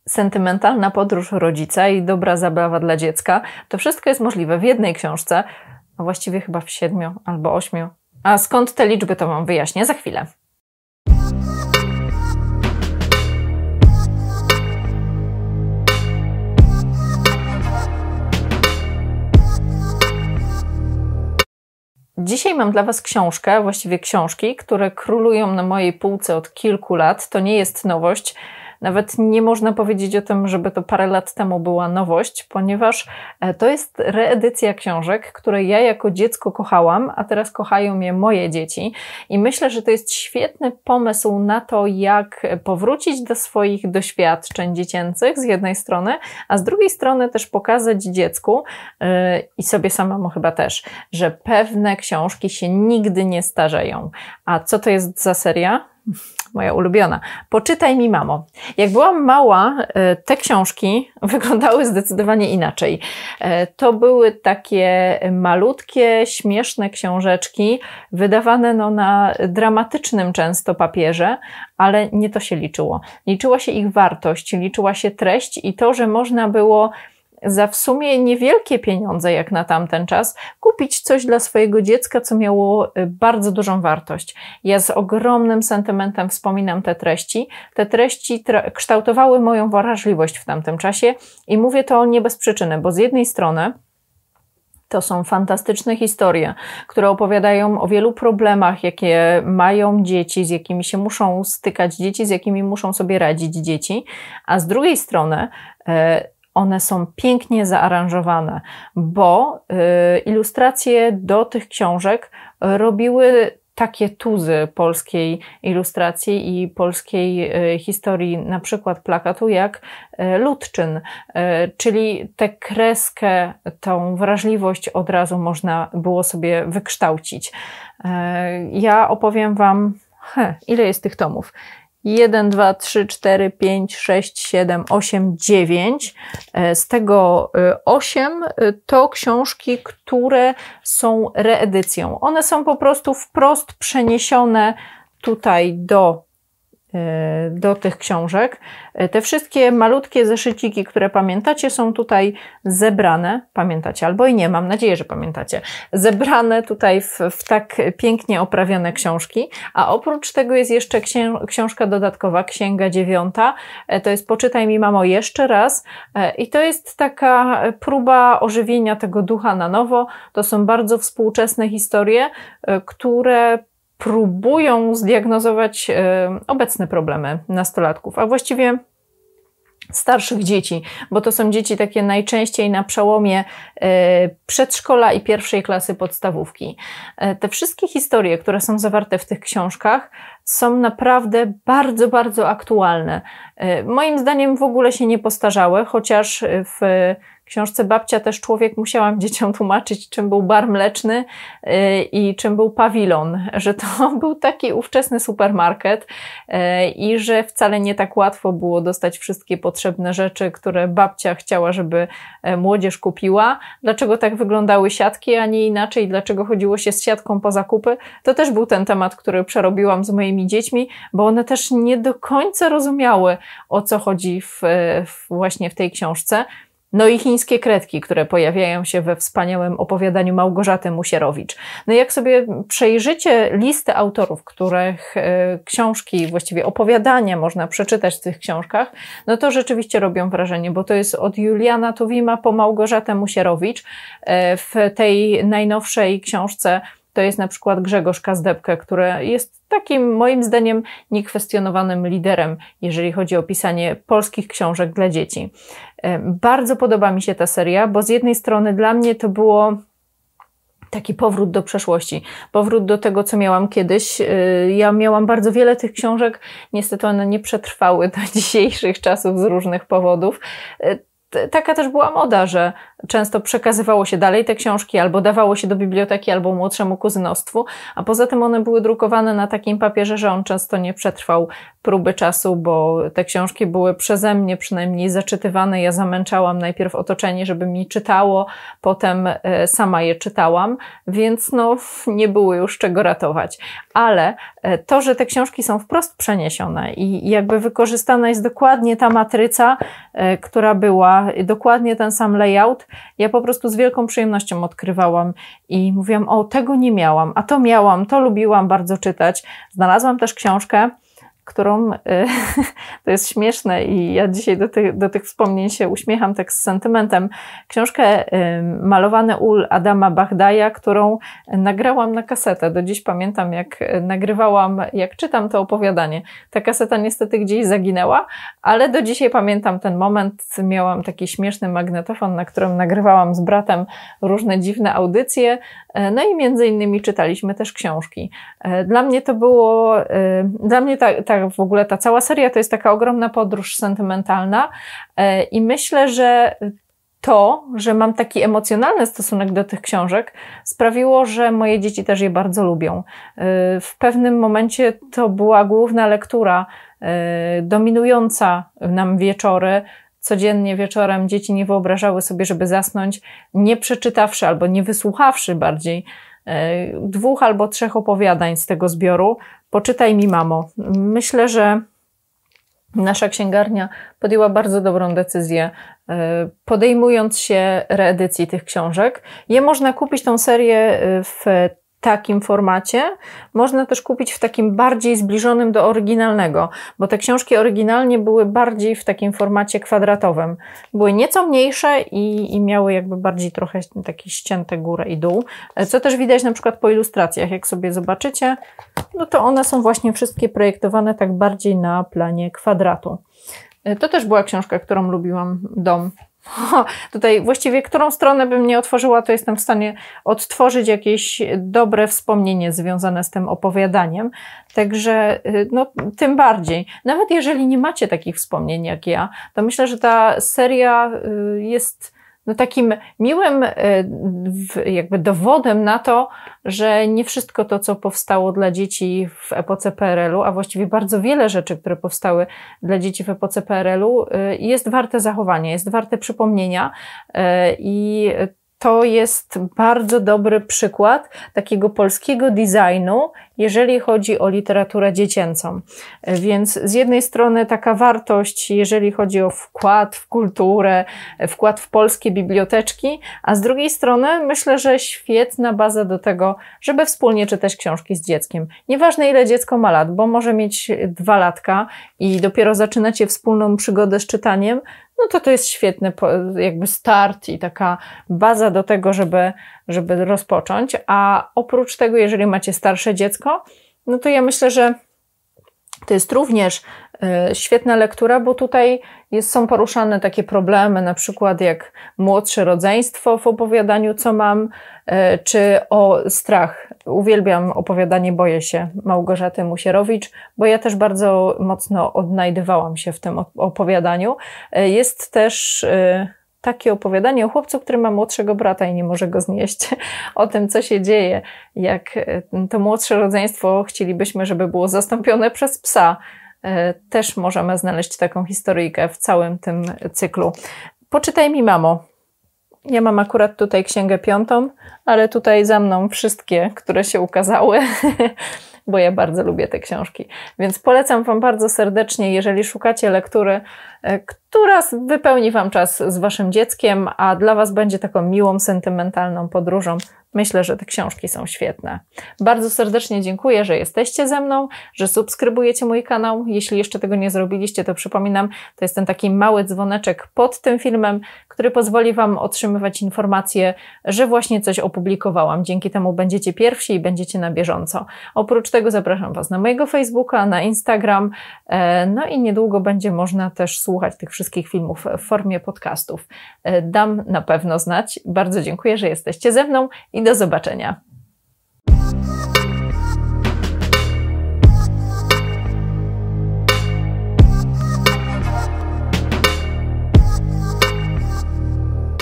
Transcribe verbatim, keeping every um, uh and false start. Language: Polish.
sentymentalna podróż rodzica i dobra zabawa dla dziecka. To wszystko jest możliwe w jednej książce, a właściwie chyba w siedmiu albo ośmiu. A skąd te liczby, to wam wyjaśnię za chwilę. Dzisiaj mam dla was książkę, właściwie książki, które królują na mojej półce od kilku lat. To nie jest nowość. Nawet nie można powiedzieć o tym, żeby to parę lat temu była nowość, ponieważ to jest reedycja książek, które ja jako dziecko kochałam, a teraz kochają mnie moje dzieci. I myślę, że to jest świetny pomysł na to, jak powrócić do swoich doświadczeń dziecięcych z jednej strony, a z drugiej strony też pokazać dziecku yy, i sobie samemu chyba też, że pewne książki się nigdy nie starzeją. A co to jest za seria? Moja ulubiona. Poczytaj mi, mamo. Jak byłam mała, te książki wyglądały zdecydowanie inaczej. To były takie malutkie, śmieszne książeczki, wydawane no na dramatycznym często papierze, ale nie to się liczyło. Liczyła się ich wartość, liczyła się treść i to, że można było za w sumie niewielkie pieniądze, jak na tamten czas, kupić coś dla swojego dziecka, co miało bardzo dużą wartość. Ja z ogromnym sentymentem wspominam te treści. Te treści kształtowały moją wrażliwość w tamtym czasie i mówię to nie bez przyczyny, bo z jednej strony to są fantastyczne historie, które opowiadają o wielu problemach, jakie mają dzieci, z jakimi się muszą stykać dzieci, z jakimi muszą sobie radzić dzieci, a z drugiej strony one są pięknie zaaranżowane, bo y, ilustracje do tych książek robiły takie tuzy polskiej ilustracji i polskiej y, historii, na przykład plakatu, jak y, Ludczyn, y, czyli tę kreskę, tą wrażliwość od razu można było sobie wykształcić. Y, ja opowiem wam, he, ile jest tych tomów. jeden, dwa, trzy, cztery, pięć, sześć, siedem, osiem, dziewięć. Z tego osiem to książki, które są reedycją. One są po prostu wprost przeniesione tutaj do do tych książek. Te wszystkie malutkie zeszyciki, które pamiętacie, są tutaj zebrane, pamiętacie albo i nie, mam nadzieję, że pamiętacie, zebrane tutaj w, w tak pięknie oprawione książki, a oprócz tego jest jeszcze księ- książka dodatkowa, księga dziewiąta, to jest Poczytaj mi, mamo, jeszcze raz i to jest taka próba ożywienia tego ducha na nowo. To są bardzo współczesne historie, które próbują zdiagnozować e, obecne problemy nastolatków, a właściwie starszych dzieci, bo to są dzieci takie najczęściej na przełomie e, przedszkola i pierwszej klasy podstawówki. E, te wszystkie historie, które są zawarte w tych książkach, są naprawdę bardzo, bardzo aktualne. E, moim zdaniem w ogóle się nie postarzały, chociaż w książce Babcia też człowiek musiałam dzieciom tłumaczyć, czym był bar mleczny yy, i czym był pawilon, że to był taki ówczesny supermarket yy, i że wcale nie tak łatwo było dostać wszystkie potrzebne rzeczy, które babcia chciała, żeby yy, młodzież kupiła. Dlaczego tak wyglądały siatki, a nie inaczej? Dlaczego chodziło się z siatką po zakupy? To też był ten temat, który przerobiłam z moimi dziećmi, bo one też nie do końca rozumiały, o co chodzi w, w właśnie w tej książce. No i chińskie kredki, które pojawiają się we wspaniałym opowiadaniu Małgorzaty Musierowicz. No jak sobie przejrzycie listę autorów, których e, książki, właściwie opowiadania można przeczytać w tych książkach, no to rzeczywiście robią wrażenie, bo to jest od Juliana Tuwima po Małgorzatę Musierowicz. E, w tej najnowszej książce to jest na przykład Grzegorz Kazdebke, który jest takim, moim zdaniem, niekwestionowanym liderem, jeżeli chodzi o pisanie polskich książek dla dzieci. Bardzo podoba mi się ta seria, bo z jednej strony dla mnie to było taki powrót do przeszłości, powrót do tego, co miałam kiedyś. Ja miałam bardzo wiele tych książek, niestety one nie przetrwały do dzisiejszych czasów z różnych powodów. Taka też była moda, że często przekazywało się dalej te książki, albo dawało się do biblioteki, albo młodszemu kuzynostwu, a poza tym one były drukowane na takim papierze, że on często nie przetrwał próby czasu, bo te książki były przeze mnie przynajmniej zaczytywane. Ja zamęczałam najpierw otoczenie, żeby mi czytało, potem sama je czytałam, więc no nie było już czego ratować. Ale to, że te książki są wprost przeniesione i jakby wykorzystana jest dokładnie ta matryca, która była, dokładnie ten sam layout, ja po prostu z wielką przyjemnością odkrywałam i mówiłam, o, tego nie miałam, a to miałam, to lubiłam bardzo czytać. Znalazłam też książkę, którą, to jest śmieszne i ja dzisiaj do tych, do tych wspomnień się uśmiecham tak z sentymentem, książkę Malowane ul Adama Bahdaja, którą nagrałam na kasetę. Do dziś pamiętam, jak nagrywałam, jak czytam to opowiadanie. Ta kaseta niestety gdzieś zaginęła, ale do dzisiaj pamiętam ten moment. Miałam taki śmieszny magnetofon, na którym nagrywałam z bratem różne dziwne audycje, no i między innymi czytaliśmy też książki. Dla mnie to było, dla mnie ta, ta w ogóle ta cała seria to jest taka ogromna podróż sentymentalna i myślę, że to, że mam taki emocjonalny stosunek do tych książek, sprawiło, że moje dzieci też je bardzo lubią. W pewnym momencie to była główna lektura dominująca nam wieczory. Codziennie wieczorem dzieci nie wyobrażały sobie, żeby zasnąć, nie przeczytawszy albo nie wysłuchawszy bardziej dwóch albo trzech opowiadań z tego zbioru. Poczytaj mi, mamo. Myślę, że nasza księgarnia podjęła bardzo dobrą decyzję, podejmując się reedycji tych książek. Je można kupić tą serię w takim formacie, można też kupić w takim bardziej zbliżonym do oryginalnego, bo te książki oryginalnie były bardziej w takim formacie kwadratowym. Były nieco mniejsze i, i miały jakby bardziej trochę takie ścięte górę i dół, co też widać na przykład po ilustracjach. Jak sobie zobaczycie, no to one są właśnie wszystkie projektowane tak bardziej na planie kwadratu. To też była książka, którą lubiłam, Dom. O, tutaj właściwie którą stronę bym nie otworzyła, to jestem w stanie odtworzyć jakieś dobre wspomnienie związane z tym opowiadaniem. Także no, tym bardziej. Nawet jeżeli nie macie takich wspomnień jak ja, to myślę, że ta seria jest no, takim miłym jakby dowodem na to, że nie wszystko to, co powstało dla dzieci w epoce P R L u, a właściwie bardzo wiele rzeczy, które powstały dla dzieci w epoce P R L u, jest warte zachowania, jest warte przypomnienia i to jest bardzo dobry przykład takiego polskiego designu, jeżeli chodzi o literaturę dziecięcą. Więc z jednej strony taka wartość, jeżeli chodzi o wkład w kulturę, wkład w polskie biblioteczki, a z drugiej strony myślę, że świetna baza do tego, żeby wspólnie czytać książki z dzieckiem. Nieważne ile dziecko ma lat, bo może mieć dwa latka i dopiero zaczynacie wspólną przygodę z czytaniem, no to to jest świetny jakby start i taka baza do tego, żeby, żeby rozpocząć. A oprócz tego, jeżeli macie starsze dziecko, no to ja myślę, że to jest również y, świetna lektura, bo tutaj jest, są poruszane takie problemy, na przykład jak młodsze rodzeństwo w opowiadaniu Co mam, y, czy o strach. Uwielbiam opowiadanie Boję się Małgorzaty Musierowicz, bo ja też bardzo mocno odnajdywałam się w tym opowiadaniu. Y, jest też y, takie opowiadanie o chłopcu, który ma młodszego brata i nie może go znieść. O tym, co się dzieje, jak to młodsze rodzeństwo chcielibyśmy, żeby było zastąpione przez psa. Też możemy znaleźć taką historyjkę w całym tym cyklu. Poczytaj mi, mamo. Ja mam akurat tutaj księgę piątą, ale tutaj za mną wszystkie, które się ukazały, bo ja bardzo lubię te książki. Więc polecam Wam bardzo serdecznie, jeżeli szukacie lektury, która wypełni Wam czas z Waszym dzieckiem, a dla Was będzie taką miłą, sentymentalną podróżą. Myślę, że te książki są świetne. Bardzo serdecznie dziękuję, że jesteście ze mną, że subskrybujecie mój kanał. Jeśli jeszcze tego nie zrobiliście, to przypominam, to jest ten taki mały dzwoneczek pod tym filmem, który pozwoli Wam otrzymywać informacje, że właśnie coś opublikowałam. Dzięki temu będziecie pierwsi i będziecie na bieżąco. Oprócz tego zapraszam Was na mojego Facebooka, na Instagram, no i niedługo będzie można też słuchać tych wszystkich filmów w formie podcastów. Dam na pewno znać. Bardzo dziękuję, że jesteście ze mną i do zobaczenia.